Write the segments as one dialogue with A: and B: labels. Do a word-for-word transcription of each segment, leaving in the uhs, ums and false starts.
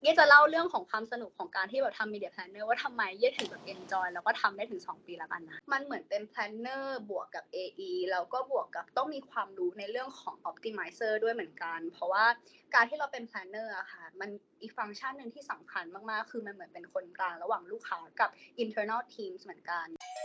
A: ย่จะเล่าเรื่องของความสนุกของการที่แบบทำ Media Planner ว่าทำไมเย่ถึงแบบ enjoy แล้วก็ทำได้ถึงสองปีแล้วกันนะมันเหมือนเป็น planner บวกกับ เอ อี แล้วก็บวกกับต้องมีความรู้ในเรื่องของ optimizer ด้วยเหมือนกันเพราะว่าการที่เราเป็น planner อะค่ะมันอีกฟังก์ชันนึงที่สำคัญมากๆคือมันเหมือนเป็นคนกลางระหว่างลูกค้ากับ internal teams เหมือนกัน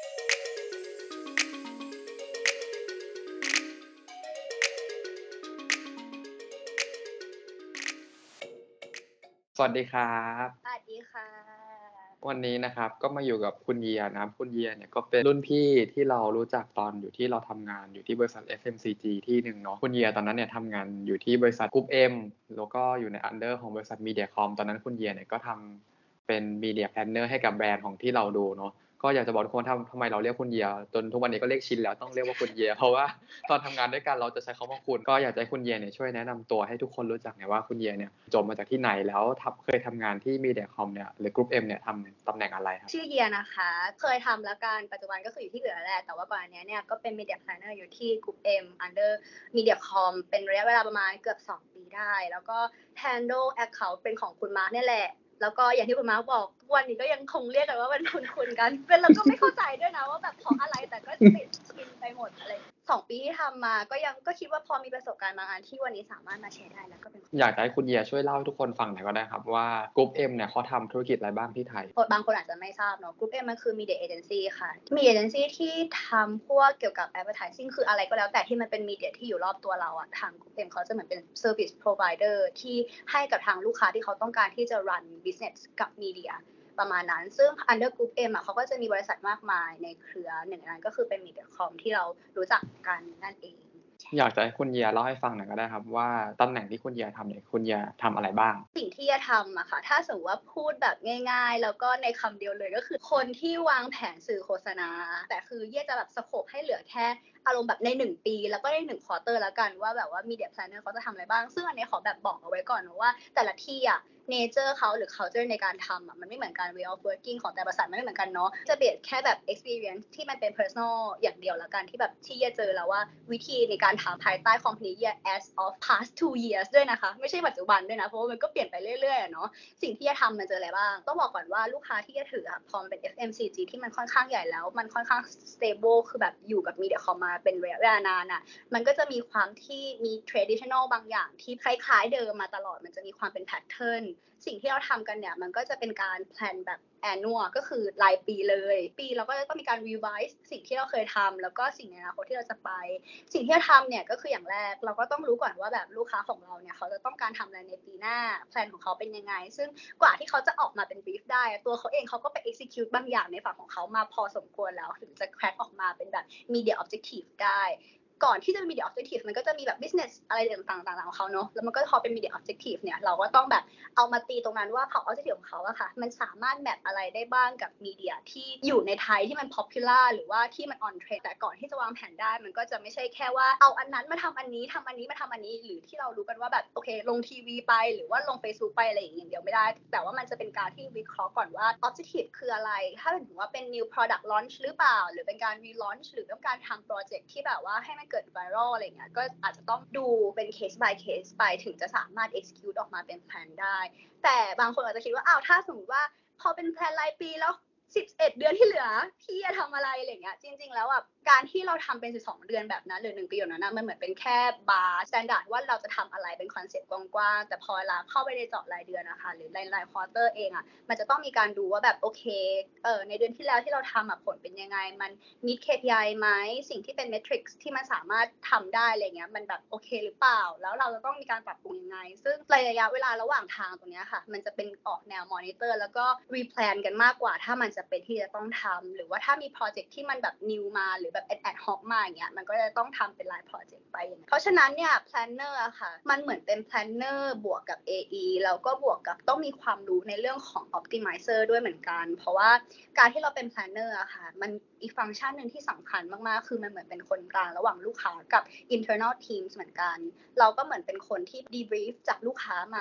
B: สวัสดีครับ
A: สวัสดีค่ะ
B: วันนี้นะครับก็มาอยู่กับคุณเยียนะครับคุณเยียเนี่ยก็เป็นรุ่นพี่ที่เรารู้จักตอนอยู่ที่เราทำงานอยู่ที่บริษัท เอฟ เอ็ม ซี จี ที่หนึ่งเนาะคุณเยียตอนนั้นเนี่ยทำงานอยู่ที่บริษัท Group M แล้วก็อยู่ใน under ของบริษัท Mediacom ตอนนั้นคุณเยียเนี่ยก็ทำเป็น Media Planner ให้กับแบรนด์ของที่เราดูเนาะก็อยากจะบอกทุกคนทำทำไมเราเรียกคุณเยียจนทุกวันนี้ก็เรียกชินแล้วต้องเรียกว่าคุณเยียเพราะว่าตอนทำงานด้วยกันเราจะใช้คำว่าคุณก็อยากจะให้คุณเยียเนี่ยช่วยแนะนำตัวให้ทุกคนรู้จักหน่อยว่าคุณเยียเนี่ยจบมาจากที่ไหนแล้วทำเคยทำงานที่ Mediacom เนี่ยหรือ Group M เนี่ยทำตำแหน่งอะไรครับ
A: ชื่อเยียนะคะเคยทำแล้วกันปัจจุบันก็คืออยู่ที่เหลือแหละแต่ว่าก่อนอันเนี้ยเนี่ยก็เป็น Media Planner อยู่ที่ Group M under Mediacom เป็นระยะเวลาประมาณเกือบสองปีได้แล้วก็ handle account เป็นของคุณมาร์คเนี่ยแหละแล้วก็อย่างที่คุณมาร์คบอกทุกวันนี้ก็ยังคงเรียกกันว่าเป็นคุณๆกันเป็นเราก็ไม่เข้าใจด้วยนะว่าแบบเพราะอะไรแต่ก็ติดชินไปหมดอะไรสองปีที่ทำมาก็ยังก็คิดว่าพอมีประสบการณ์บางอันที่วันนี้สามารถมาแชร์ได้แล้วก็เป็น
B: อยากจะให้คุณเยียช่วยเล่าให้ทุกคนฟังหน่อยก็ได้ครับว่า Group M เนี่ยเขาทำธุรกิจอะไรบ้างที่ไทย
A: บางคนอาจจะไม่ทราบเนาะ Group M มันคือ Media Agency ค่ะ Media Agency ที่ทำพวกเกี่ยวกับ Advertising คืออะไรก็แล้วแต่ที่มันเป็น Media ที่อยู่รอบตัวเราอะทาง Group M เขาจะเหมือนเป็น Service Provider ที่ให้กับทางลูกค้าที่เขาต้องการที่จะ run business กับ Media ประมาณนั้นซึ่ง under Group M อะเขาก็จะมีบริษัทมากมายในเครือหนึ่งในนั้นก็คือเป็น Mediacom ที่เรารู้จักกันนั่นเอง
B: อยากจะให้คุณเยียเล่าให้ฟังหน่อยก็ได้ครับว่าตำแหน่งที่คุณเยียทำเนี่ยคุณเยียทำอะไรบ้าง
A: สิ่งที่จะทำอะค่ะถ้าสมมุติว่าพูดแบบง่ายๆแล้วก็ในคำเดียวเลยก็คือคนที่วางแผนสื่อโฆษณาแต่คือเย่จะแบบสโกปให้เหลือแค่อารมณ์แบบในหนึ่งปีแล้วก็ในหนึ่ง quarter แล้วกันว่าแบบว่า Media Planner เขาจะทำอะไรบ้างซึ่งอันนี้ขอแบบบอกเอาไว้ก่อนนะว่าแต่ละที่อะเนเจอร์เขาหรือ culture ในการทำอะมันไม่เหมือนกัน way of working ของแต่ละบริษัทมันไม่เหมือนกันเนาะจะเบสแค่แบบ experience ที่มันเป็น personal อย่างเดียวแล้วกันที่แบบที่เย่เจอแล้วว่าวิธีในการทำภายใต้ company เย่ as of past two years ด้วยนะคะไม่ใช่ปัจจุบันด้วยนะเพราะว่ามันก็เปลี่ยนไปเรื่อยๆอะเนาะสิ่งที่เย่ทำมันเจออะไรบ้างต้องบอกก่อนว่าลูกค้าที่เย่ถืออะพอมันเป็น เอฟ เอ็ม ซี จี ที่มันค่อนข้างใหญ่แล้วมันค่อนข้าง stable คือแบบอยู่กับ Mediacom มาเป็นระยะเวลานานอะมันก็จะมีความที่มี traditional บางอย่างที่คล้ายๆเดิมมาตลอดมันจะมีความเป็น pattern สิ่งที่เราทำกันเนี่ยมันก็จะเป็นการแพลนแบบ annual ก็คือรายปีเลยปีเราก็จะต้องมีการ revise สิ่งที่เราเคยทำแล้วก็สิ่งในอนาคตที่เราจะไปสิ่งที่เราทำเนี่ยก็คืออย่างแรกเราก็ต้องรู้ก่อนว่าแบบลูกค้าของเราเนี่ยเขาจะต้องการทำอะไรในปีหน้าแพลนของเขาเป็นยังไงซึ่งกว่าที่เขาจะออกมาเป็น brief ได้ตัวเขาเองเขาก็ไป execute บางอย่างในฝั่งของเขามาพอสมควรแล้วถึงจะ crack ออกมาเป็นแบบ media objective ได้ก่อนที่จะมี media objective มันก็จะมีแบบ business อะไรต่างๆของเขาเนาะแล้วมันก็พอเป็น media objective เนี่ยเราก็ต้องแบบเอามาตีตรงนั้นว่า objective ของเขาอะค่ะมันสามารถแมปอะไรได้บ้างกับ media ที่อยู่ในไทยที่มัน popular หรือว่าที่มัน on trend แต่ก่อนที่จะวางแผนได้มันก็จะไม่ใช่แค่ว่าเอาอันนั้นมาทำอันนี้ทำอันนี้มาทำอันนี้หรือที่เรารู้กันว่าแบบโอเคลงทีวีไปหรือว่าลง Facebook ไปอะไรอย่างเดียวไม่ได้แต่ว่ามันจะเป็นการที่วิเคราะห์ก่อนว่า objective คืออะไรถ้าถือว่าเป็น new product launch หรือเปล่าหรือเป็นการ relaunch หรือต้องการทำโปรเจกต์ที่แบบว่าให้มันเกิด viral อะไรอย่างเงี้ยก็อาจจะต้องดูเป็น case by case ไปถึงจะสามารถ execute ออกมาเป็นแผนได้แต่บางคนอาจจะคิดว่าอ้าวถ้าสมมุติว่าพอเป็นแพลนรายปีแล้วสิบเอ็ดเดือนที่เหลือพี่จะทำอะไรอะไรอย่างเงี้ยจริงๆแล้วอ่ะการที่เราทำเป็นสิบสองเดือนแบบนั้นหรือหนึ่งปีแบบนั้นนะมันเหมือนเป็นแค่บาร์ standard ว่าเราจะทำอะไรเป็นคอนเซ็ปต์กว้างๆแต่พอเวลาเข้าไปในเจาะรายเดือนนะคะหรือรายราย quarter เองอ่ะมันจะต้องมีการดูว่าแบบโอเคเออในเดือนที่แล้วที่เราทำอ่ะผลเป็นยังไงมัน meet เค พี ไอ ไหมสิ่งที่เป็น metrics ที่มันสามารถทำได้อะไรเงี้ยมันแบบโอเคหรือเปล่าแล้วเราจะต้องมีการปรับปรุงยังไงซึ่งระยะเวลาระหว่างทางตรงนี้ค่ะมันจะเป็นออกแนว monitor แล้วก็ replan กันมากกว่าถ้ามันจะเป็นที่จะต้องทำหรือว่าถ้ามีโปรเจกต์ที่มันแบบ new มาหรือแบบ ad hoc มาอย่างเงี้ยมันก็จะต้องทำเป็นรายโปรเจกต์ไปอย่างเงี้ยเพราะฉะนั้นเนี่ย planner อะค่ะมันเหมือนเป็น planner บวกกับ เอ อี แล้วก็บวกกับต้องมีความรู้ในเรื่องของ optimizer ด้วยเหมือนกันเพราะว่าการที่เราเป็น planner อะค่ะมันอีกฟังก์ชันนึงที่สำคัญมากๆคือมันเหมือนเป็นคนกลางระหว่างลูกค้ากับ internal teams เหมือนกันเราก็เหมือนเป็นคนที่ debrief จากลูกค้ามา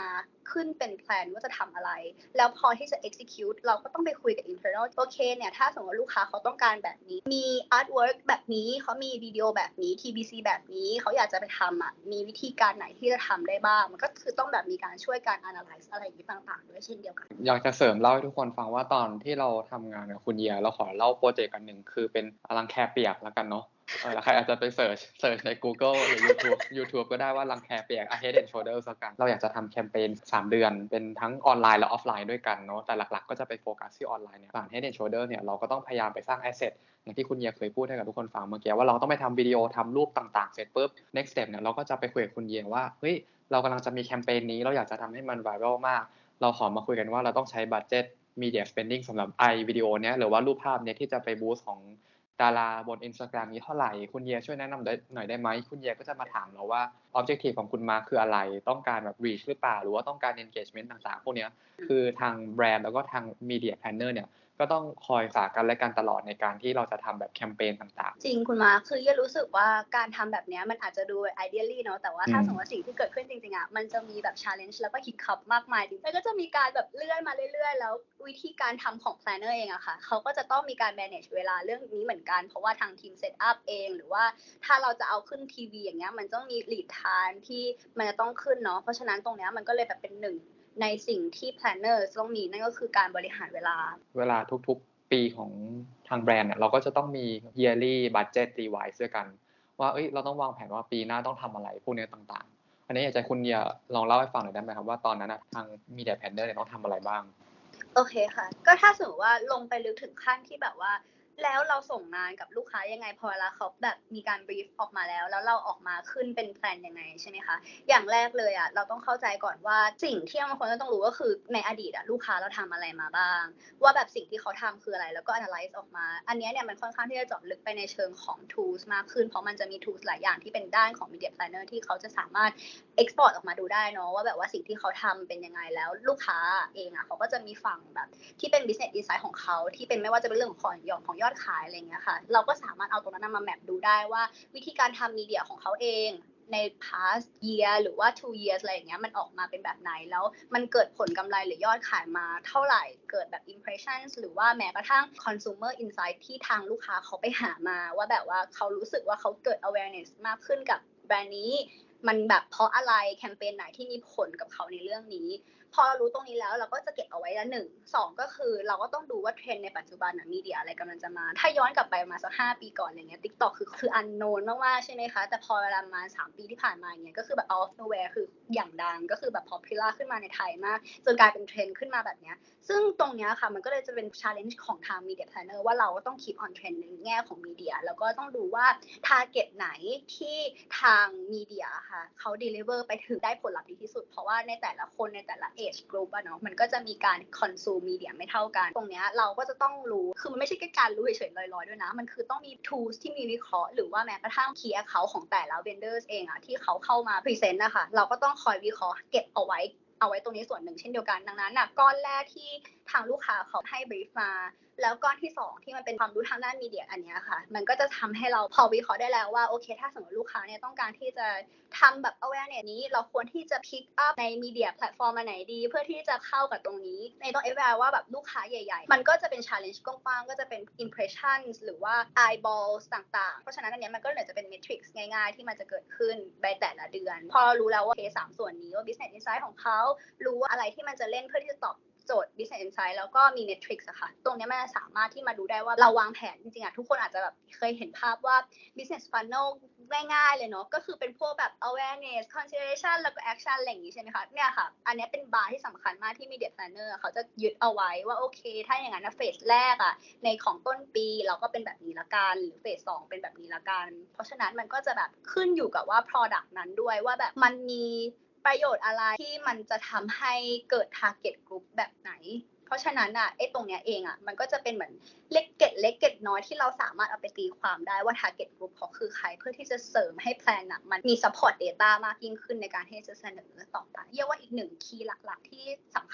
A: ขึ้นเป็นแพลนว่าจะทำอะไรแล้วพอที่จะ execute เราก็ต้องไปคุยกับ internal โอเคเนี่ยถ้าสมมติว่าลูกค้าเขาต้องการแบบนี้มี artwork แบบนี้เขามีวิดีโอแบบนี้ ที บี ซี แบบนี้เขาอยากจะไปทำอ่ะมีวิธีการไหนที่จะทำได้บ้างมันก็คือต้องแบบมีการช่วยการ analyze อะไรอย่างนี้ต่างๆด้วยเช่นเดียวกัน
B: อยากจะเสริมเล่าให้ทุกคนฟังว่าตอนที่เราทำงานกับคุณเยียเราขอเล่าโปรเจกต์อันหนึ่งคือเป็นรังแคเปียกแล้วกันเนาะเออแล้วใครอาจจะไปเสิร์ชเสิร์ชใน Google หรือ YouTube YouTube ก็ได้ว่ารังแคเปียก A Head and Shoulders แล้วกันเราอยากจะทำแคมเปญสามเดือนเป็นทั้งออนไลน์และออฟไลน์ด้วยกันเนาะแต่หลักๆก็จะไปโฟกัสที่ออนไลน์เนี่ยผ่าน Head and Shoulders เนี่ยเราก็ต้องพยายามไปสร้าง asset อย่างที่คุณเยียเคยพูดให้กับทุกคนฟังเมื่อกี้ว่าเราต้องไปทำวิดีโอทำรูปต่างๆเสร็จปุ๊บ next step เนี่ยเราก็จะไปคุยกับคุณเยียว่าเฮ้ยเรากำลังจะมีแคมเปญนี้เราอยากจะทำให้มัน viral มากเราขอมาคุยกันว่าเราต้องใช้บัดเจ็ต media spending สำหรับไอวิดีโอเนี้ยหรือว่ารูปภาพเนี้ยที่จะไปบูสต์ของดาราบน Instagram นี้เท่าไหร่คุณเยียช่วยแนะนำได้หน่อยได้ไหมคุณเยียก็จะมาถามเราว่า objective ของคุณมาคืออะไรต้องการแบบ reach หรือเปล่าหรือว่าต้องการ engagement ต่างๆพวกเนี้ยคือทางแบรนด์แล้วก็ทาง media planner เนี่ยก็ต้องคอยฝากกันและกันตลอดในการที่เราจะทำแบบแคมเปญต่าง
A: ๆจริงคุณมาคือเยรู้สึกว่าการทำแบบนี้มันอาจจะดู ideally เนาะแต่ว่าถ้าสมมติว่าสิ่งที่เกิดขึ้นจริงๆอ่ะมันจะมีแบบ challenge แล้วก็ hiccup มากมายแล้วก็จะมีการแบบเลื่อนมาเรื่อยๆแล้ววิธีการทำของ planner เองอะค่ะเขาก็จะต้องมีการ manage เวลาเรื่องนี้เหมือนกันเพราะว่าทางทีม set up เองหรือว่าถ้าเราจะเอาขึ้นทีวีอย่างเงี้ยมันต้องมี lead time ที่มันจะต้องขึ้นเนาะเพราะฉะนั้นตรงเนี้ยมันก็เลยแบบเป็นหนึ่งในสิ่งที่ planner ต้องมีนั่นก็คือการบริหารเวลา
B: เวลาทุกๆปีของทางแบรนด์เนี่ยเราก็จะต้องมี yearly budget revise ด้วยกันว่าเอ้ยเราต้องวางแผนว่าปีหน้าต้องทำอะไรพวกนี้ต่างๆอันนี้อยากจะคุณเยียลองเล่าให้ฟังหน่อยได้ไหมครับว่าตอนนั้นทาง media planner เนี่ยต้องทำอะไรบ้าง
A: โอเคค่ะก็ถ้าสมมติว่าลงไปลึกถึงขั้นที่แบบว่าแล้วเราส่งงานกับลูกค้ายังไงพอเวลาเขาแบบมีการ brief ออกมาแล้วแล้วเราออกมาขึ้นเป็นแพลนยังไงใช่ไหมคะอย่างแรกเลยอ่ะเราต้องเข้าใจก่อนว่าสิ่งที่บางคนต้องรู้ก็คือในอดีตอ่ะลูกค้าเราทำอะไรมาบ้างว่าแบบสิ่งที่เขาทำคืออะไรแล้วก็ analyze ออกมาอันนี้เนี่ยมันค่อนข้างที่จะเจาะลึกไปในเชิงของ tools มากขึ้นเพราะมันจะมี tools หลายอย่างที่เป็นด้านของ media planner ที่เขาจะสามารถ export ออกมาดูได้เนาะว่าแบบว่าสิ่งที่เขาทำเป็นยังไงแล้วลูกค้าเองอ่ะเขาก็จะมีฝั่งแบบที่เป็น business insight ของเขาที่เป็นไม่ว่าจะเป็นเรื่องของของของยอดขายอะไรอย่างเงี้ยค่ะเราก็สามารถเอาตรงนั้นมาแมปดูได้ว่าวิธีการทำมีเดียของเขาเองใน past year หรือว่า two years อะไรอย่างเงี้ยมันออกมาเป็นแบบไหนแล้วมันเกิดผลกำไรหรือยอดขายมาเท่าไหร่เกิดแบบ impressions หรือว่าแม้กระทั่ง consumer insight ที่ทางลูกค้าเขาไปหามาว่าแบบว่าเขารู้สึกว่าเขาเกิด awareness มากขึ้นกับแบรนด์นี้มันแบบเพราะอะไรแคมเปญไหนที่มีผลกับเขาในเรื่องนี้พอเรารู้ตรงนี้แล้วเราก็จะเก็บเอาไว้ละหนึ่งสองก็คือเราก็ต้องดูว่าเทรนด์ในปัจจุบันน่ะมีเดียอะไรกำลังจะมาถ้าย้อนกลับไปมาสักห้าปีก่อนอะไรเงี้ย TikTok คือคือ unknown มากๆใช่ไหมคะแต่พอเวลามาสามปีที่ผ่านมาอย่างเงี้ยก็คือแบบ out of nowhere คืออย่างดังก็คือแบบ popular ขึ้นมาในไทยมากจนกลายเป็นเทรนด์ขึ้นมาแบบเนี้ยซึ่งตรงเนี้ยค่ะมันก็เลยจะเป็น challenge ของทาง media planner ว่าเราก็ต้อง keep on trend ในแง่ของมีเดียแล้วก็ต้องดูว่า target ไหนที่ทางมีเดียค่ะเขา deliver ไปถึงได้ผลลัพธ์ดีที่สุดเพราะว่าในแต่ละคนในแต่ละ age group อะเนาะมันก็จะมีการ consume media ไม่เท่ากันตรงเนี้ยเราก็จะต้องรู้คือมันไม่ใช่แค่การรู้เฉยๆลอยๆด้วยนะมันคือต้องมี tools ที่มีวิเคราะห์หรือว่าแม้กระทั่ง key account ของแต่ละ vendors เองอะที่เขาเข้ามา present อะค่ะเราก็ต้องคอยวิเคราะห์เก็บเอาไว้เอาไว้ตรงนี้ส่วนหนึ่งเช่นเดียวกันดังนั้นน่ะก้อนแรกที่ทางลูกค้าเขาให้ brief มาแล้วก้อนที่สองที่มันเป็นความรู้ทางด้านมีเดียอันเนี้ยค่ะมันก็จะทำให้เราพอวิเคราะห์ได้แล้วว่าโอเคถ้าสมมติลูกค้าเนี่ยต้องการที่จะทำแบบ awareness นี้เราควรที่จะ pick up ในมีเดียแพลตฟอร์มอันไหนดีเพื่อที่จะเข้ากับตรงนี้ในต้อง evaluate ว่าแบบลูกค้าใหญ่ๆมันก็จะเป็น challenge กว้างๆก็จะเป็น impressions หรือว่า eyeballs ต่างๆเพราะฉะนั้นอันเนี้ยมันก็เลยจะเป็น metrics ง่ายๆที่มันจะเกิดขึ้นในแต่ละเดือนพอเรารู้แล้วว่าโอเคสามส่วนนี้ว่า business insight ของเขารู้ว่าอะไรที่มันจะเล่นเพื่อที่จะตอบโจทย์ business insight แล้วก็มี metrics อะค่ะตรงนี้มันจะสามารถที่มาดูได้ว่าเราวางแผนจริงๆอะทุกคนอาจจะแบบเคยเห็นภาพว่า business funnel ง่ายๆเลยเนาะก็คือเป็นพวกแบบ awareness consideration แล้วก็ action อะไรอย่างงี้ใช่ไหมคะเนี่ยค่ะอันนี้เป็นบาร์ที่สำคัญมากที่ media planner เขาจะยึดเอาไว้ว่าโอเคถ้าอย่างนั้นนะเฟสแรกอะในของต้นปีเราก็เป็นแบบนี้ละกันหรือเฟสสองเป็นแบบนี้ละกันเพราะฉะนั้นมันก็จะแบบขึ้นอยู่กับว่า product นั้นด้วยว่าแบบมันมีประโยชน์อะไรที่มันจะทำให้เกิด target group แบบไหนเพราะฉะนั้นอ่ะไอ้ตรงเนี้ยเองอ่ะมันก็จะเป็นเหมือนเล็กเกร็ดเล็กเกร็ดน้อยที่เราสามารถเอาไปตีความได้ว่า target group เขาคือใครเพื่อที่จะเสริมให้แพลนอ่ะมันมี support data มากยิ่งขึ้นในการที่จะเสนอต่อไปเรียกว่าอีกหนึ่งคีย์หลักๆที่สำคัญเลย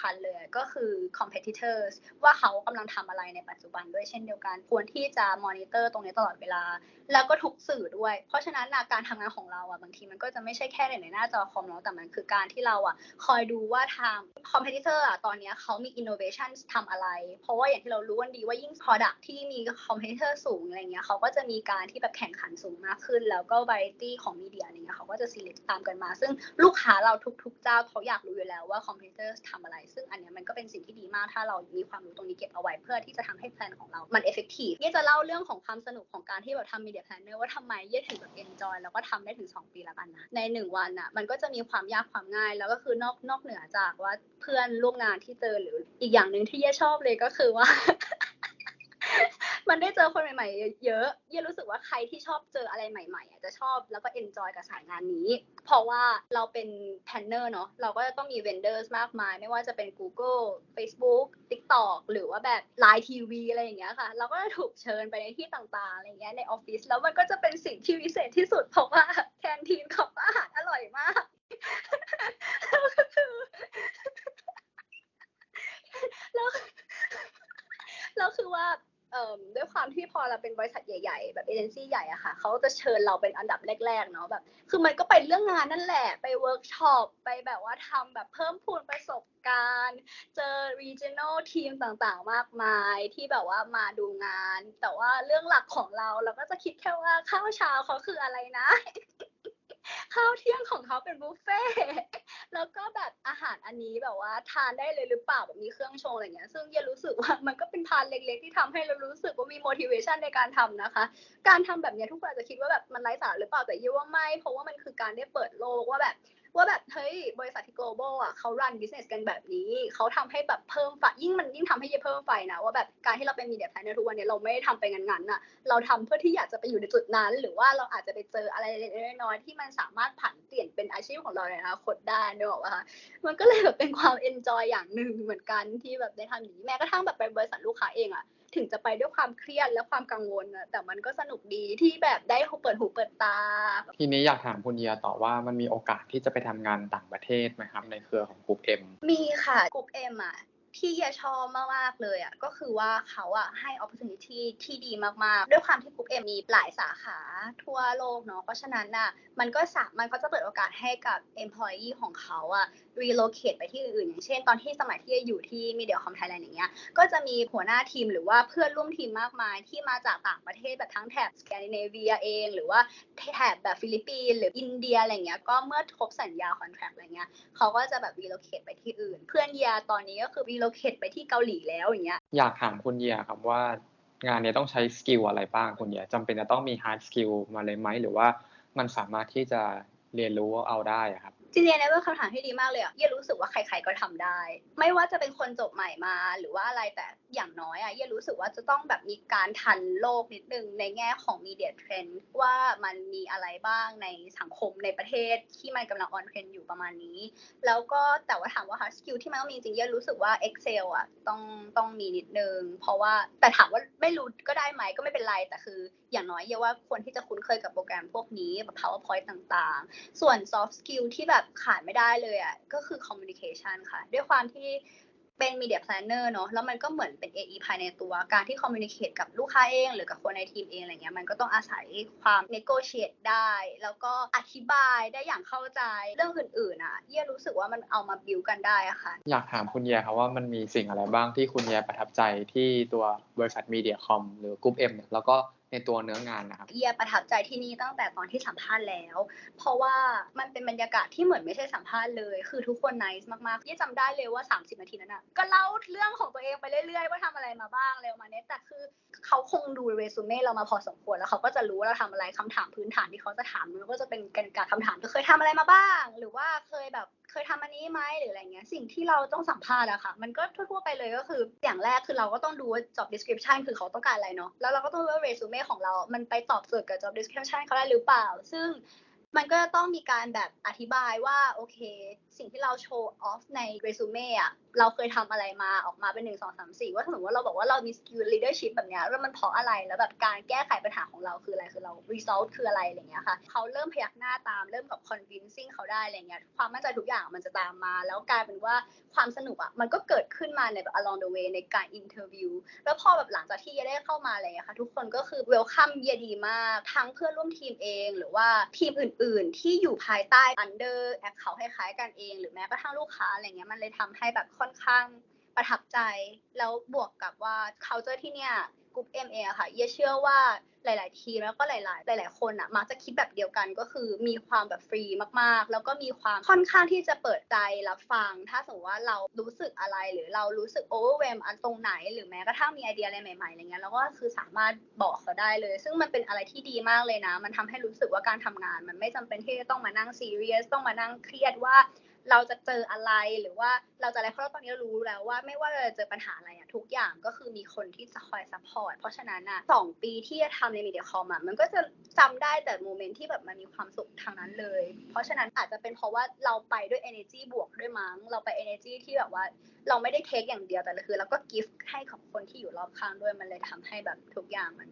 A: ก็คือ competitors ว่าเขากำลังทำอะไรในปัจจุบันด้วยเช่นเดียวกันควรที่จะ monitor ตรงนี้ตลอดเวลาแล้วก็ทุกสื่อด้วยเพราะฉะนั้นการทำงานของเราอ่ะบางทีมันก็จะไม่ใช่แค่ในหน้าจอคอมเนาะแต่มันคือการที่เราอ่ะคอยดูว่าทาง competitor อ่ะตอนนี้เขามี innovation ทำอะไรเพราะว่าอย่างที่เรารู้กันดีว่ายิ่ง product ที่มี competitor สูงอะไรเงี้ยเขาก็จะมีการที่แบบแข่งขันสูงมากขึ้นแล้วก็ variety ของ media อะไรเงี้ยเขาก็จะ select ตามกันมาซึ่งลูกค้าเราทุกๆเจ้าเขาอยากรู้อยู่แล้วว่า competitor ทำอะไรซึ่งอันนี้มันก็เป็นสิ่งที่ดีมากถ้าเรามีความรู้ตรงนี้เก็บเอาไว้เพื่อที่จะทำให้แพลนของเรามัน effective เย่จะเล่าเรื่องของความสนุกของการที่แบบทำ media planner ว่าทำไมเย่ถึงแบบ enjoy แล้วก็ทำได้ถึงสองปีแล้วกันนะในหนึ่งวันน่ะมันก็จะมีความยากความง่ายแล้วก็คือนอกนอกเหนือจากว่าเพื่อนร่วมงานที่เจอหรืออีกอย่างนึงที่เย่ชอบเลยก็คือว่า มันได้เจอคนใหม่ๆเยอะเย่รู้สึกว่าใครที่ชอบเจออะไรใหม่ๆจะชอบแล้วก็ enjoy กับสายงานนี้เพราะว่าเราเป็น planner เนาะเราก็จะต้องมี vendors มากมายไม่ว่าจะเป็น Google Facebook TikTok หรือว่าแบบ ไลน์ ที วี อะไรอย่างเงี้ยค่ะเราก็จะถูกเชิญไปในที่ต่างๆอะไรอย่างเงี้ยในออฟฟิศแล้วมันก็จะเป็นสิ่งที่วิเศษที่สุดเพราะว่าแคนทีนเขาอาหารอร่อยมากแล้วก็คือแล้วแล้วคือว่าเอ่อด้วยความที่พอเราเป็นบริษัทใหญ่ๆแบบเอเจนซี่ใหญ่อะค่ะเขาจะเชิญเราเป็นอันดับแรกๆเนาะแบบคือมันก็เป็นเรื่องงานนั่นแหละไปเวิร์กช็อปไปแบบว่าทำแบบเพิ่มพูนประสบการณ์เจอ regional ทีมต่างๆมากมายที่แบบว่ามาดูงานแต่ว่าเรื่องหลักของเราเราก็จะคิดแค่ว่าข้าวเช้าเขาคืออะไรนะ ข้าวเที่ยงของเขาเป็นบุฟเฟ่แล้วก็แบบอาหารอันนี้แบบว่าทานได้เลยหรือเปล่าแบบมีเครื่องชงอะไรเงี้ยซึ่งเยรู้สึกว่ามันก็เป็นพาร์ทเล็กๆที่ทำให้เรารู้สึกว่ามี motivation ในการทำนะคะการทำแบบนี้ทุกคนอาจจะคิดว่าแบบมันไร้สาระหรือเปล่าแต่เยว่าไม่เพราะว่ามันคือการได้เปิดโลกว่าแบบว่าแบบเฮ้ยบริษัทที่ global อ่ะเขา run business กันแบบนี้เขาทำให้แบบเพิ่มไฟยิ่งมันยิ่งทำให้เยเพิ่มไฟนะว่าแบบการที่เราเป็น media planner ทุกวันนี้เราไม่ได้ทำไปงั้นๆน่ะเราทำเพื่อที่อยากจะไปอยู่ในจุดนั้นหรือว่าเราอาจจะไปเจออะไรเล็กๆน้อยๆที่มันสามารถผันเปลี่ยนเป็นอาชีพของเราในอนาคตได้นึกออกปะคะมันก็เลยแบบเป็นความ enjoy อย่างหนึ่งเหมือนกันที่แบบได้ทำอย่างนี้แม้กระทั่งแบบไปบริษัทลูกค้าเองอะถึงจะไปด้วยความเครียดและความกังวลอะแต่มันก็สนุกดีที่แบบได้เปิดหูเปิดตา
B: ทีนี้อยากถามคุณเยียต่อว่ามันมีโอกาสที่จะไปทำงานต่างประเทศไหมครับในเครือของกลุ่ม M
A: มีค่ะกลุ่ม M อ่ะที่เยชอบมากๆเลยอ่ะก็คือว่าเขาอ่ะให้ opportunity ที่ดีมากๆด้วยความที่กลุ่ม M มีหลายสาขาทั่วโลกเนาะเพราะฉะนั้นน่ะมันก็สามารถก็จะเปิดโอกาสให้กับ employee ของเขาอ่ะ relocate ไปที่อื่นๆอย่างเช่นตอนที่สมัยที่อยู่ที่ Mediacom Thailand อย่างเงี้ยก็จะมีหัวหน้าทีมหรือว่าเพื่อนร่วมทีมมากมายที่มาจากต่างประเทศแบบทั้งแถบสแกนดิเนเวียเองหรือว่าแถบแบบฟิลิปปินส์หรืออินเดียอะไรเงี้ยก็เมื่อครบสัญญา contract อะไรเงี้ยเขาก็จะแบบ relocate ไปที่อื่นเพื่อนเยียตอนนี้ก็คือ relocate ไปที่เกาหลีแล้วอย่างเงี้ย
B: อยากถามคุณเยียครับว่างานนี้ต้องใช้สกิลอะไรบ้างคุณเยียจำเป็นจะต้องมี hard skill มาเลยไหมหรือว่ามันสามารถที่จะเรียนรู้เอาได้ครับ
A: จริงๆเนี่ยเป็นคำถามที่ดีมากเลยอ่ะเย่รู้สึกว่าใครๆก็ทำได้ไม่ว่าจะเป็นคนจบใหม่มาหรือว่าอะไรแต่อย่างน้อยอ่ะเย่รู้สึกว่าจะต้องแบบมีการทันโลกนิดนึงในแง่ของ media trend ว่ามันมีอะไรบ้างในสังคมในประเทศที่มันกำลัง on trend อยู่ประมาณนี้แล้วก็แต่ว่าถามว่า hard skill ที่มันต้องมีจริงๆเย่รู้สึกว่า Excel อ่ะต้องต้องมีนิดนึงเพราะว่าแต่ถามว่าไม่รู้ก็ได้ไหมก็ไม่เป็นไรแต่คืออย่างน้อยเย่ว่าควรที่จะคุ้นเคยกับโปรแกรมพวกนี้แบบ PowerPoint ต่างๆส่วน soft skill ที่แบบขาดไม่ได้เลยอ่ะก็คือ communication ค่ะด้วยความที่เป็น media planner เนาะแล้วมันก็เหมือนเป็น เอ อี ภายในตัวการที่ communicate กับลูกค้าเองหรือกับคนในทีมเองอะไรเงี้ยมันก็ต้องอาศัยความ negotiate ได้แล้วก็อธิบายได้อย่างเข้าใจเรื่องอื่นๆอ่ะเย่รู้สึกว่ามันเอามา build กันได้อะค่ะ
B: อยากถามคุณเยียครับว่ามันมีสิ่งอะไรบ้างที่คุณเยียประทับใจที่ตัวบริษัท Mediacom หรือกลุ่ม M แล้วก็ในตัวเนื้องานนะครับ
A: เยียประทับใจที่นี่ตั้งแต่ตอนที่สัมภาษณ์แล้วเพราะว่ามันเป็นบรรยากาศที่เหมือนไม่ใช่สัมภาษณ์เลยคือทุกคน nice มากๆเยียจำได้เลยว่าสามสิบนาทีนั้นน่ะก็เล่าเรื่องของตัวเองไปเรื่อยๆว่าทำอะไรมาบ้างอะไรประมาณนี้แต่คือเขาคงดูเรซูเม่เรามาพอสมควรแล้วเขาก็จะรู้ว่าเราทำอะไรคำถามพื้นฐานที่เขาจะถามมันก็จะเป็นการคำถามเคยทำอะไรมาบ้างหรือว่าเคยแบบเคยทำอันนี้ไหมหรืออะไรเงี้ยสิ่งที่เราต้องสัมภาษณ์อะค่ะมันก็ทั่วๆไปเลยก็คืออย่างแรกคือเราก็ต้องดูว่า job description คือเขาต้องการอะไรเนาะแล้วเราก็ต้องดูว่าเรซูเม่ของเรามันไปตอบโจทย์กับ job description เขาได้หรือเปล่าซึ่งมันก็จะต้องมีการแบบอธิบายว่าโอเคสิ่งที่เราโชว์ออฟในเรซูเม่อะเราเคยทำอะไรมาออกมาเป็นหนึ่ง สอง สาม สี่ว่าถ้าสมมติว่าเราบอกว่าเรามีสกิล leadership แบบเนี้ยแล้วมันเพราะอะไรแล้วแบบการแก้ไขปัญหาของเราคืออะไรคือเรา result คืออะไรอะไรเงี้ยค่ะเขาเริ่มพยักหน้าตามเริ่มแบบ convincing เขาได้อะไรเงี้ยความมั่นใจทุกอย่างมันจะตามมาแล้วกลายเป็นว่าความสนุกอ่ะมันก็เกิดขึ้นมาในแบบ along the way ในการ interview แล้วพอแบบหลังจากที่เยได้เข้ามาอะไรเงี้ยค่ะทุกคนก็คือ welcome เยดีมากทั้งเพื่อนร่วมทีมเองหรือว่าทีมอื่นๆที่อยู่ภายใต้ under account คล้ายๆกันเองหรือแม้กระทั่งลูกค้าอะไรเงี้ยมันเลยทำให้แบบค่อนข้างประทับใจแล้วบวกกับว่า culture ที่เนี่ยกลุ่ม เอ็ม เอ อะค่ะเยเชื่อว่าหลายๆทีมแล้วก็หลายๆหลายๆคนอ่ะมักจะคิดแบบเดียวกันก็คือมีความแบบฟรีมากๆแล้วก็มีความค่อนข้างที่จะเปิดใจรับฟังถ้าสมมติว่าเรารู้สึกอะไรหรือเรารู้สึก overwhelm อันตรงไหนหรือแม้กระทั่งมีไอเดียอะไรใหม่ๆอะไรเงี้ยเราก็คือสามารถบอกเขาได้เลยซึ่งมันเป็นอะไรที่ดีมากเลยนะมันทำให้รู้สึกว่าการทำงานมันไม่จำเป็นที่จะต้องมานั่งซีเรียสต้องมานั่งเครียดว่าเราจะเจออะไรหรือว่าเราจะอะไรเพราะตอนนี้เรารู้แล้วว่าไม่ว่าเราจะเจอปัญหาอะไรอะทุกอย่างก็คือมีคนที่จะคอยซัพพอร์ตเพราะฉะนั้นอะสองปีที่จะทำในมีเดียคอมอะมันก็จะจำได้แต่โมเมนต์ที่แบบมันมีความสุขทางนั้นเลยเพราะฉะนั้นอาจจะเป็นเพราะว่าเราไปด้วย energy บวกด้วยมั้งเราไป energy ที่แบบว่าเราไม่ได้เทคอย่างเดียวแต่คือเราก็ gift ให้กับคนที่อยู่รอบข้างด้วยมันเลยทำให้แบบทุกอย่างมัน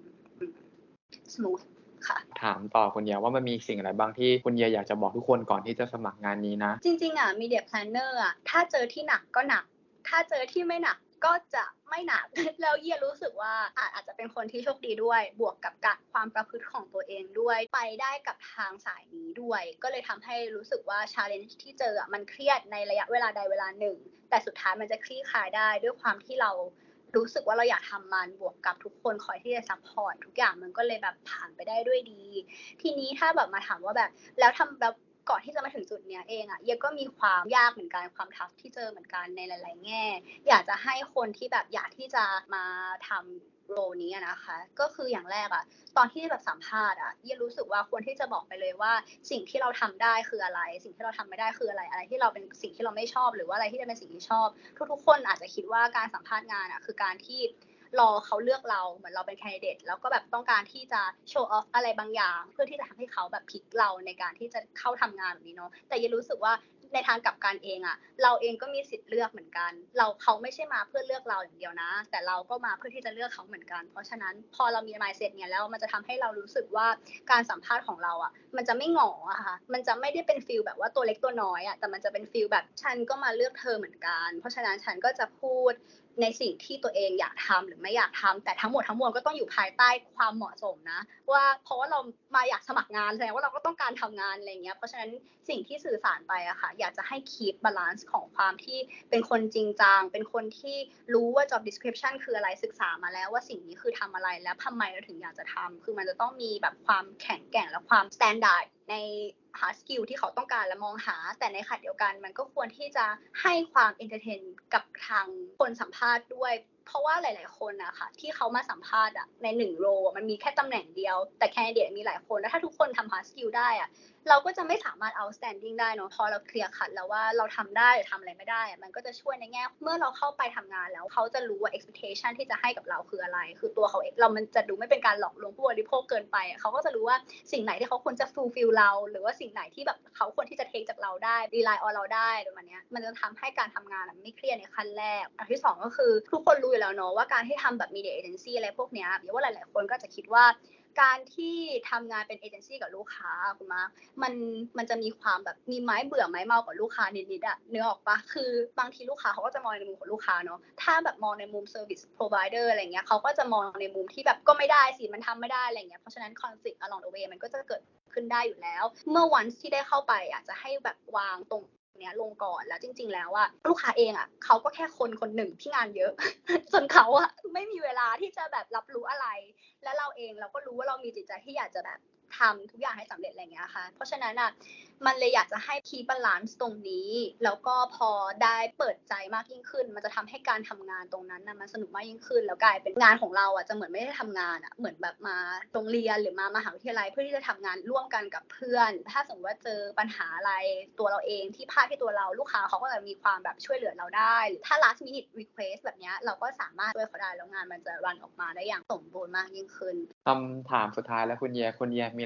A: smoothค่ะ
B: ถามต่อคุณเยียว่ามันมีสิ่งอะไรบ้างที่คุณเยียอยากจะบอกทุกคนก่อนที่จะสมัครงานนี้นะ
A: จริงๆอ่ะ media planner อ่ะถ้าเจอที่หนักก็หนักถ้าเจอที่ไม่หนักก็จะไม่หนัก แล้วเยียรู้สึกว่าอาจอาจจะเป็นคนที่โชคดีด้วยบวกกับการความประพฤติของตัวเองด้วยไปได้กับทางสายนี้ด้วยก็เลยทำให้รู้สึกว่า challenge ที่เจออ่ะมันเครียดในระยะเวลาใดเวลาหนึ่งแต่สุดท้ายมันจะคลี่คลายได้ด้วยความที่เรารู้สึกว่าเราอยากทำมันบวกกับทุกคนคอยที่จะซัพพอร์ตทุกอย่างมันก็เลยแบบผ่านไปได้ด้วยดีทีนี้ถ้าแบบมาถามว่าแบบแล้วทำแบบก่อนที่จะมาถึงจุดเนี้ยเองอะเยก็มีความยากเหมือนกันความทัฟที่เจอเหมือนกันในหลายๆแง่อยากจะให้คนที่แบบอยากที่จะมาทำโรนี้นะคะก็คืออย่างแรกอะตอนที่แบบสัมภาษณ์อะเยรู้สึกว่าควรที่จะบอกไปเลยว่าสิ่งที่เราทำได้คืออะไรสิ่งที่เราทำไม่ได้คืออะไรอะไรที่เราเป็นสิ่งที่เราไม่ชอบหรือว่าอะไรที่จะเป็นสิ่งที่ชอบทุกๆคนอาจจะคิดว่าการสัมภาษณ์งานอะคือการที่รอเขาเลือกเราเหมือนเราเป็นแคนดิเดตแล้วก็แบบต้องการที่จะโชว์ออฟอะไรบางอย่างเพื่อที่จะทำให้เขาแบบพิกเราในการที่จะเข้าทำงานแบบนี้เนาะแต่ยังรู้สึกว่าในทางกลับกันเองอะเราเองก็มีสิทธิ์เลือกเหมือนกันเราเขาไม่ใช่มาเพื่อเลือกเราอย่างเดียวนะแต่เราก็มาเพื่อที่จะเลือกเขาเหมือนกันเพราะฉะนั้นพอเรามี mindset เนี่ยแล้วมันจะทำให้เรารู้สึกว่าการสัมภาษณ์ของเราอะมันจะไม่หงออะค่ะมันจะไม่ได้เป็นฟีลแบบว่าตัวเล็กตัวน้อยอะแต่มันจะเป็นฟีลแบบฉันก็มาเลือกเธอเหมือนกันเพราะฉะนั้นฉันก็จะพูดในสิ่งที่ตัวเองอยากทำหรือไม่อยากทำแต่ทั้งหมดทั้งมวลก็ต้องอยู่ภายใต้ความเหมาะสมนะว่าเพราะว่าเรามาอยากสมัครงานแสดงว่าเราก็ต้องการทำงานอะไรเงี้ยเพราะฉะนั้นสิ่งที่สื่อสารไปอะค่ะอยากจะให้ keep balance ของความที่เป็นคนจริงจังเป็นคนที่รู้ว่า job description คืออะไรศึกษามาแล้วว่าสิ่งนี้คือทำอะไรและทำไมเราถึงอยากจะทำคือมันจะต้องมีแบบความแข็งแกร่งและความ standard ใน hard skill ที่เขาต้องการและมองหาแต่ในขณะเดียวกันมันก็ควรที่จะให้ความ entertain กับทางคนสัมภาษณ์ด้วยเพราะว่าหลายๆคนอะค่ะที่เขามาสัมภาษณ์อะในหนึ่งโรมันมีแค่ตำแหน่งเดียวแต่แคนดิเดตมีหลายคนแล้วถ้าทุกคนทำ hard skill ได้อะเราก็จะไม่สามารถ outstanding ได้เนาะพอเราเคลียร์คัทแล้วว่าเราทำได้หรือทำอะไรไม่ได้มันก็จะช่วยในแง่เมื่อเราเข้าไปทำงานแล้วเขาจะรู้ว่า expectation ที่จะให้กับเราคืออะไรคือตัวเขาเองเรามันจะดูไม่เป็นการหลอกลวงผู้บริโภคเกินไปเขาก็จะรู้ว่าสิ่งไหนที่เขาควรจะ fulfill เราหรือว่าสิ่งไหนที่แบบเขาควรที่จะ take จากเราได้ rely on เราได้ประมาณนี้มันจะทำให้การทำงานไม่เครียดในขั้นแรกอันที่สองก็คือทุกคนรู้อยู่แล้วเนาะว่าการที่ทำแบบ media agency อะไรพวกนี้เดี๋ยวว่าหลายๆคนก็จะคิดว่าการที่ทำงานเป็นเอเจนซี่กับลูกค้าคุณมามันมันจะมีความแบบมีไม้เบื่อไม้เมากับลูกค้านิดๆอะเนื้อออกปะคือบางทีลูกค้าเขาก็จะมองในมุมของลูกค้าเนาะถ้าแบบมองในมุม service provider อะไรเงี้ยเขาก็จะมองในมุมที่แบบก็ไม่ได้สิมันทำไม่ได้อะไรเงี้ยเพราะฉะนั้น conflict along the way มันก็จะเกิดขึ้นได้อยู่แล้วเมื่อวันที่ได้เข้าไปอ่ะจะให้แบบวางตรงเนี้ยลงก่อนแล้วจริงๆแล้วอะลูกค้าเองอะเขาก็แค่คนคนหนึ่งที่งานเยอะ จนเขาอะไม่มีเวลาที่จะแบบรับรู้อะไรและเราเองเราก็รู้ว่าเรามีจิตใจที่อยากจะแบบทำทุกอย่างให้สำเร็จอะไรเงี้ยค่ะเพราะฉะนั้นอะมันเลยอยากจะให้คีบาลานซ์ตรงนี้แล้วก็พอได้เปิดใจมากยิ่งขึ้นมันจะทำให้การทำงานตรงนั้นนะมันสนุกมากยิ่งขึ้นแล้วกลายเป็นงานของเราอะจะเหมือนไม่ได้ทำงานอะเหมือนแบบมาโรงเรียนหรือมามหาวิทยาลัยเพื่อที่จะทำงานร่วมกันกับเพื่อนถ้าสมมติว่าเจอปัญหาอะไรตัวเราเองที่พลาดที่ตัวเราลูกค้าเขาก็จะมีความแบบช่วยเหลือเราได้หรือถ้า last minute request แบบนี้เราก็สามารถช่วยเขาได้แล้วงานมันจะรันออกมาได้อย่างสมบูรณ์มากยิ่งขึ้น
B: คำถามสุดท้ายแล้วคุณเยียคุณเยียมี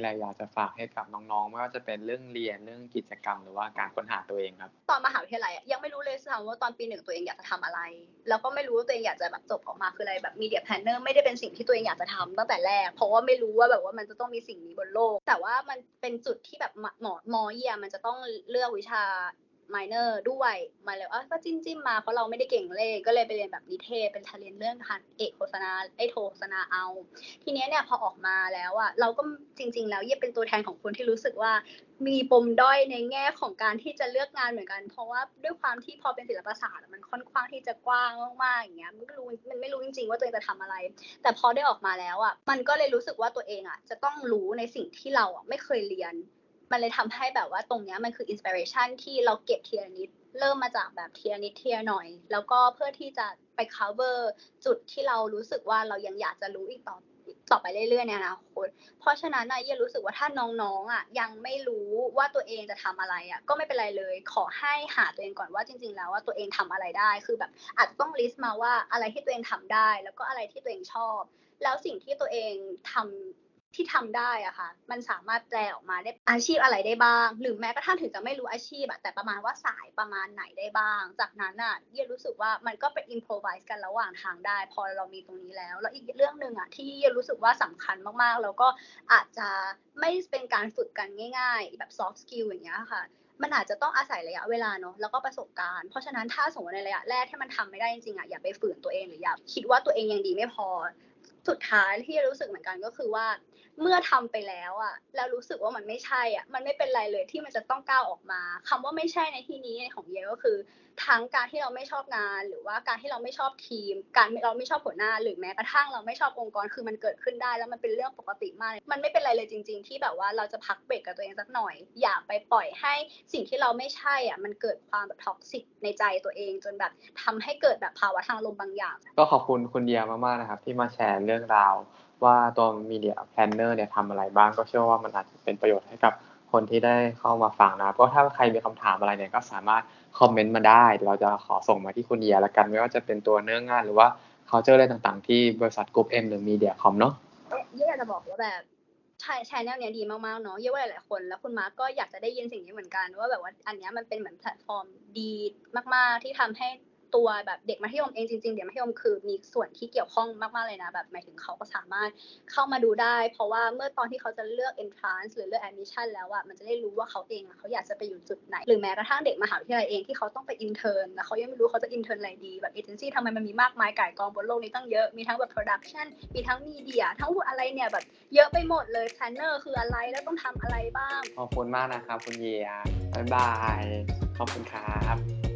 B: อะไรอยากจะฝากให้กับน้องๆไม่ว่าจะเป็นเรื่องเรียนเรื่องกิจกรรมหรือว่าการค้นหาตัวเองครับ
A: ตอนมหาวิทยาลัยอะยังไม่รู้เลยซ้ำว่าตอนปีหนึ่งตัวเองอยากจะทำอะไรแล้วก็ไม่รู้ว่าตัวเองอยากจะแบบจบออกมาคืออะไรแบบ Media Planner ไม่ได้เป็นสิ่งที่ตัวเองอยากจะทำตั้งแต่แรกเพราะว่าไม่รู้ว่าแบบว่ามันจะต้องมีสิ่งนี้บนโลกแต่ว่ามันเป็นจุดที่แบบมหมอมอเยียมันจะต้องเลือกวิชา minor ด้วยมาเลยอ่ะก็จิ้มๆมาเพราะเราไม่ได้เก่งเลขก็เลยไปเรียนแบบนิเทศเป็นเรียนเรื่องทางเอกโฆษณาไอ้โทโฆษณาเอาทีเนี้ยเนี่ยพอออกมาแล้วอ่ะเราก็จริงๆแล้วเยียเป็นตัวแทนของคนที่รู้สึกว่ามีปมด้อยในแง่ของการที่จะเลือกงานเหมือนกันเพราะว่าด้วยความที่พอเป็นศิลปศาสตร์มันค่อนข้างที่จะกว้างมากๆอย่างเงี้ยมันก็รู้มันไม่รู้จริงๆว่าตัวเองจะทำอะไรแต่พอได้ออกมาแล้วอ่ะมันก็เลยรู้สึกว่าตัวเองอ่ะจะต้องรู้ในสิ่งที่เราอ่ะไม่เคยเรียนมันเลยทำให้แบบว่าตรงเนี้ยมันคืออินสปิเรชันที่เราเก็บทีละนิดเริ่มมาจากแบบทีละนิดทีละหน่อยแล้วก็เพื่อที่จะไป cover จุดที่เรารู้สึกว่าเรายังอยากจะรู้อีกต่อต่อไปเรื่อยๆในอนาคตเพราะฉะนั้นน่ะเยียรู้สึกว่าถ้าน้องๆอ่ะยังไม่รู้ว่าตัวเองจะทำอะไรอ่ะก็ไม่เป็นไรเลยขอให้หาตัวเองก่อนว่าจริงๆแล้วว่าตัวเองทำอะไรได้คือแบบอาจจะต้อง list มาว่าอะไรที่ตัวเองทำได้แล้วก็อะไรที่ตัวเองชอบแล้วสิ่งที่ตัวเองทำที่ทำได้อะค่ะมันสามารถแปลออกมาได้อาชีพอะไรได้บ้างหรือแม้กระทั่งถึงจะไม่รู้อาชีพอะแต่ประมาณว่าสายประมาณไหนได้บ้างจากนั้นน่ะเยียรู้สึกว่ามันก็ไป improvise กันระหว่างทางได้พอเรามีตรงนี้แล้วแล้วอีกเรื่องนึงอะที่เยียรู้สึกว่าสำคัญมากๆแล้วก็อาจจะไม่เป็นการฝึกกันง่ายๆแบบ soft skill อย่างเงี้ยค่ะมันอาจจะต้องอาศัยระยะเวลาเนาะแล้วก็ประสบการณ์เพราะฉะนั้นถ้าสมมติในระยะแรกที่มันทำไม่ได้จริงๆอะอย่าไปฝืนตัวเองหรืออย่าคิดว่าตัวเองยังดีไม่พอสุดท้ายที่รู้สึกเหมือนกันก็คือว่าเมื่อทำไปแล้วอะแล้วรู้สึกว่ามันไม่ใช่อะมันไม่เป็นไรเลยที่มันจะต้องก้าวออกมาคำว่าไม่ใช่ในที่นี้ของเยก็คือทั้งการที่เราไม่ชอบงานหรือว่าการที่เราไม่ชอบทีมการเราไม่ชอบหัวหน้าหรือแม้กระทั่งเราไม่ชอบองค์กรคือมันเกิดขึ้นได้แล้วมันเป็นเรื่องปกติมากมันไม่เป็นไรเลยจริงๆที่แบบว่าเราจะพักเบรกกับตัวเองสักหน่อยอย่าไปปล่อยให้สิ่งที่เราไม่ใช่อะมันเกิดความแบบท็อกซิกในใจตัวเองจนแบบทำให้เกิดแบบภาวะทางลมบางอย่าง
B: ก็ขอบคุณคุณเดียมากๆนะครับที่มาแชร์เรื่องราวว่าตัว Media Planner เนี่ยทำอะไรบ้างก็เชื่อว่ามันอาจจะเป็นประโยชน์ให้กับคนที่ได้เข้ามาฟังนะครับก็ถ้าใครมีคำถามอะไรเนี่ยก็สามารถคอมเมนต์มาได้เดี๋ยวเราจะขอส่งมาที่คุณเดียแล้วกันไม่ว่าจะเป็นตัวเนื้องานหรือว่า culture อะไรต่างๆที่บริษัท Group M หรือ Mediacom เนาะ
A: เย้อยากจะบอกว่าแบบใช่แชนเนลเนี้ยดีมากๆเนาะเย้ว่าหลายๆคนแล้วคุณมาร์คก็อยากจะได้ยินสิ่งนี้เหมือนกันว่าแบบว่าอันเนี้ยมันเป็นเหมือนแพลตฟอร์มดีมากๆที่ทำให้ตัวแบบเด็กมัธยมเองจริงๆเด็กมัธยมคือมีส่วนที่เกี่ยวข้องมากๆเลยนะแบบหมายถึงเขาก็สามารถเข้ามาดูได้เพราะว่าเมื่อตอนที่เขาจะเลือก entrance หรือเลือก admission แล้วอะมันจะได้รู้ว่าเขาเองอะเขาอยากจะไปอยู่จุดไหนหรือแม้กระทั่งเด็กมหาวิทยาลัยเองที่เขาต้องไป intern แล้วเขายังไม่รู้เขาจะ intern อะไรดีแบบเอเจนซี่ทำไมมันมีมากมายก่ายกองบนโลกนี้ตั้งเยอะมีทั้งแบบ production มีทั้ง media ทั้งหมดอะไรเนี่ยแบบเยอะไปหมดเลย planner คืออะไรแล้วต้องทำอะไรบ้าง
B: ขอบคุณมากนะครับคุณเดียบ๊ายบายขอบคุณครับ